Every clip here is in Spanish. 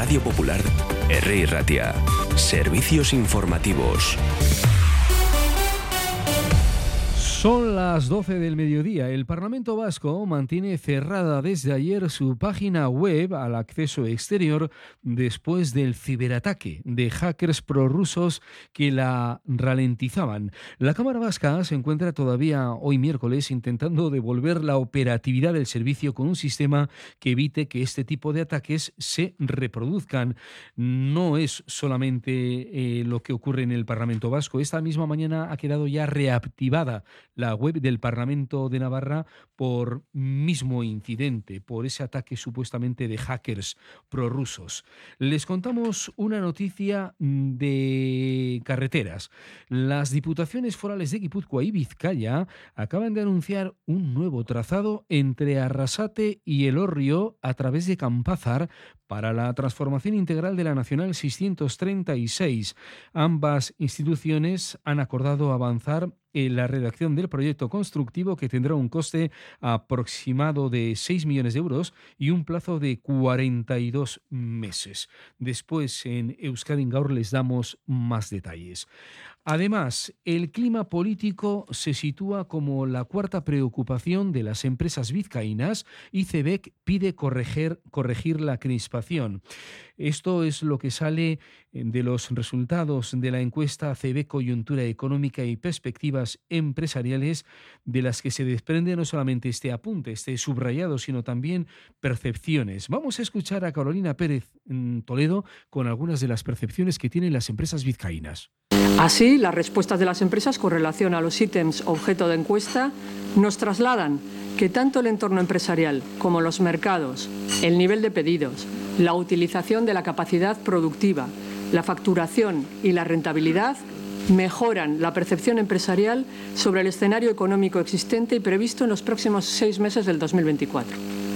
Radio Popular, R. Ratia. Servicios informativos. Son las 12 del mediodía. El Parlamento Vasco mantiene cerrada desde ayer su página web al acceso exterior después del ciberataque de hackers prorrusos que la ralentizaban. La Cámara Vasca se encuentra todavía hoy miércoles intentando devolver la operatividad del servicio con un sistema que evite que este tipo de ataques se reproduzcan. No es solamente lo que ocurre en el Parlamento Vasco. Esta misma mañana ha quedado ya reactivada la web del Parlamento de Navarra por mismo incidente, por ese ataque supuestamente de hackers prorrusos. Les contamos una noticia de carreteras. Las diputaciones forales de Guipúzcoa y Vizcaya acaban de anunciar un nuevo trazado entre Arrasate y Elorrio a través de Campázar para la transformación integral de la Nacional 636. Ambas instituciones han acordado avanzar en la redacción del proyecto constructivo que tendrá un coste aproximado de 6 millones de euros y un plazo de 42 meses. Después en Euskadin Gaur les damos más detalles. Además, el clima político se sitúa como la cuarta preocupación de las empresas vizcaínas y CEBEC pide corregir la crispación. Esto es lo que sale de los resultados de la encuesta CEBEC Coyuntura Económica y Perspectivas Empresariales, de las que se desprende no solamente este apunte, este subrayado, sino también percepciones. Vamos a escuchar a Carolina Pérez Toledo con algunas de las percepciones que tienen las empresas vizcaínas. Así, las respuestas de las empresas con relación a los ítems objeto de encuesta nos trasladan que tanto el entorno empresarial como los mercados, el nivel de pedidos, la utilización de la capacidad productiva, la facturación y la rentabilidad mejoran la percepción empresarial sobre el escenario económico existente y previsto en los próximos 6 meses del 2024.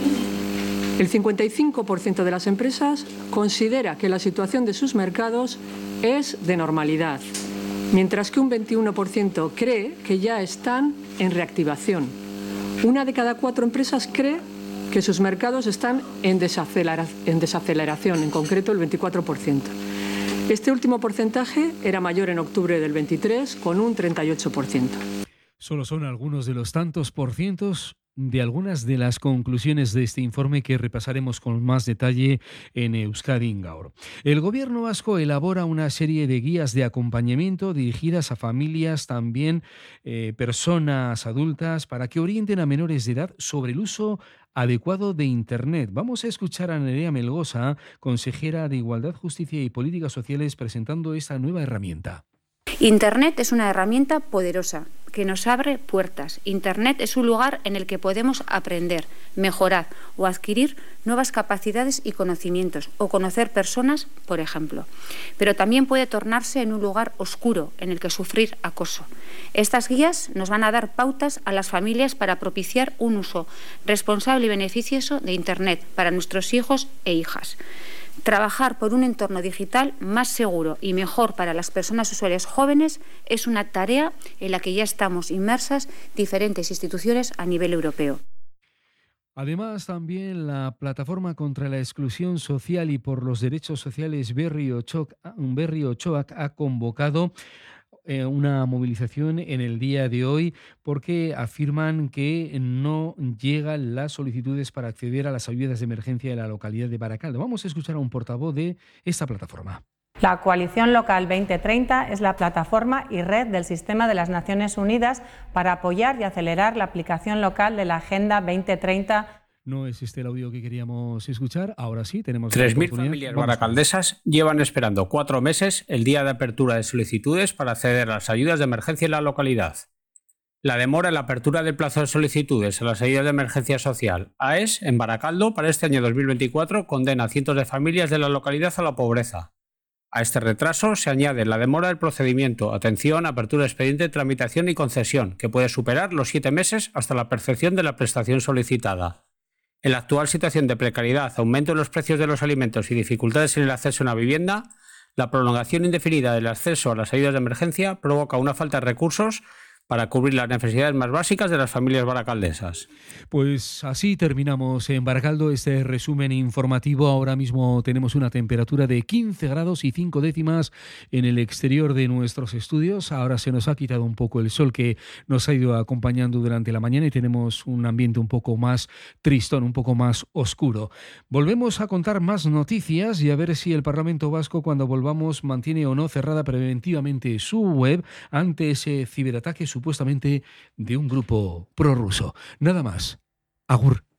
El 55% de las empresas considera que la situación de sus mercados es de normalidad, mientras que un 21% cree que ya están en reactivación. 1 de cada 4 empresas cree que sus mercados están en desaceleración, en concreto el 24%. Este último porcentaje era mayor en octubre del 23, con un 38%. Solo son algunos de los tantos por cientos de algunas de las conclusiones de este informe que repasaremos con más detalle en Euskadin Gaur. El Gobierno vasco elabora una serie de guías de acompañamiento dirigidas a familias, también personas adultas, para que orienten a menores de edad sobre el uso adecuado de Internet. Vamos a escuchar a Nerea Melgosa, consejera de Igualdad, Justicia y Políticas Sociales, presentando esta nueva herramienta. Internet es una herramienta poderosa que nos abre puertas. Internet es un lugar en el que podemos aprender, mejorar o adquirir nuevas capacidades y conocimientos, o conocer personas, por ejemplo. Pero también puede tornarse en un lugar oscuro en el que sufrir acoso. Estas guías nos van a dar pautas a las familias para propiciar un uso responsable y beneficioso de Internet para nuestros hijos e hijas. Trabajar por un entorno digital más seguro y mejor para las personas usuarias jóvenes es una tarea en la que ya estamos inmersas diferentes instituciones a nivel europeo. Además, también la Plataforma contra la Exclusión Social y por los Derechos Sociales Berri Ochoak ha convocado una movilización en el día de hoy porque afirman que no llegan las solicitudes para acceder a las ayudas de emergencia de la localidad de Baracaldo. Vamos a escuchar a un portavoz de esta plataforma. La Coalición Local 2030 es la plataforma y red del Sistema de las Naciones Unidas para apoyar y acelerar la aplicación local de la Agenda 2030. No es este el audio que queríamos escuchar. Ahora sí, tenemos 3.000 familias baracaldesas llevan esperando 4 meses el día de apertura de solicitudes para acceder a las ayudas de emergencia en la localidad. La demora en la apertura del plazo de solicitudes a las ayudas de emergencia social AES en Baracaldo para este año 2024 condena a cientos de familias de la localidad a la pobreza. A este retraso se añade la demora del procedimiento, atención, apertura de expediente, tramitación y concesión, que puede superar los 7 meses hasta la percepción de la prestación solicitada. En la actual situación de precariedad, aumento en los precios de los alimentos y dificultades en el acceso a una vivienda, la prolongación indefinida del acceso a las ayudas de emergencia provoca una falta de recursos para cubrir las necesidades más básicas de las familias baracaldesas. Pues así terminamos en Baracaldo este resumen informativo. Ahora mismo tenemos una temperatura de 15 grados y 5 décimas en el exterior de nuestros estudios. Ahora se nos ha quitado un poco el sol que nos ha ido acompañando durante la mañana y tenemos un ambiente un poco más tristón, un poco más oscuro. Volvemos a contar más noticias y a ver si el Parlamento Vasco, cuando volvamos, mantiene o no cerrada preventivamente su web ante ese ciberataque supuestamente de un grupo prorruso. Nada más. Agur.